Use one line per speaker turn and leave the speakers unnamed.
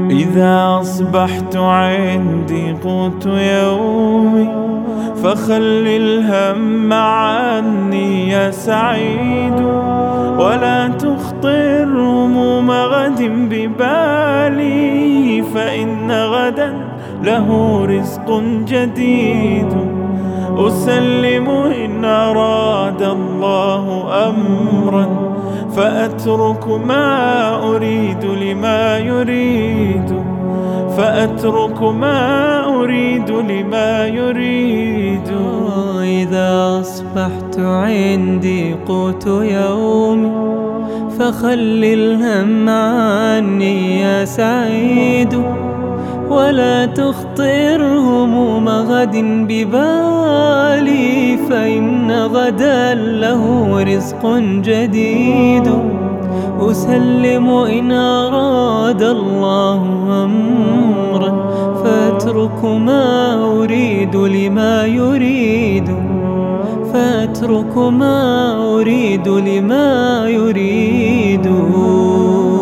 إذا أصبحت عندي قوت يومي فخل الهم عني يا سعيد، ولا تخطر هموم غد ببالي، فإن غدا له رزق جديد. أسلم إن أراد الله أمرا فأترك ما أريد لما يريد، فأترك ما أريد لما يريد.
إذا أصبحت عندي قوت يومي فخل الهم عني يا سعيد، ولا تخطر هموم غد ببالي، فإن غدا له رزق جديد. أسلم إن أراد الله أمرا فأترك ما أريد لما يريد، فأترك ما أريد لما يريد.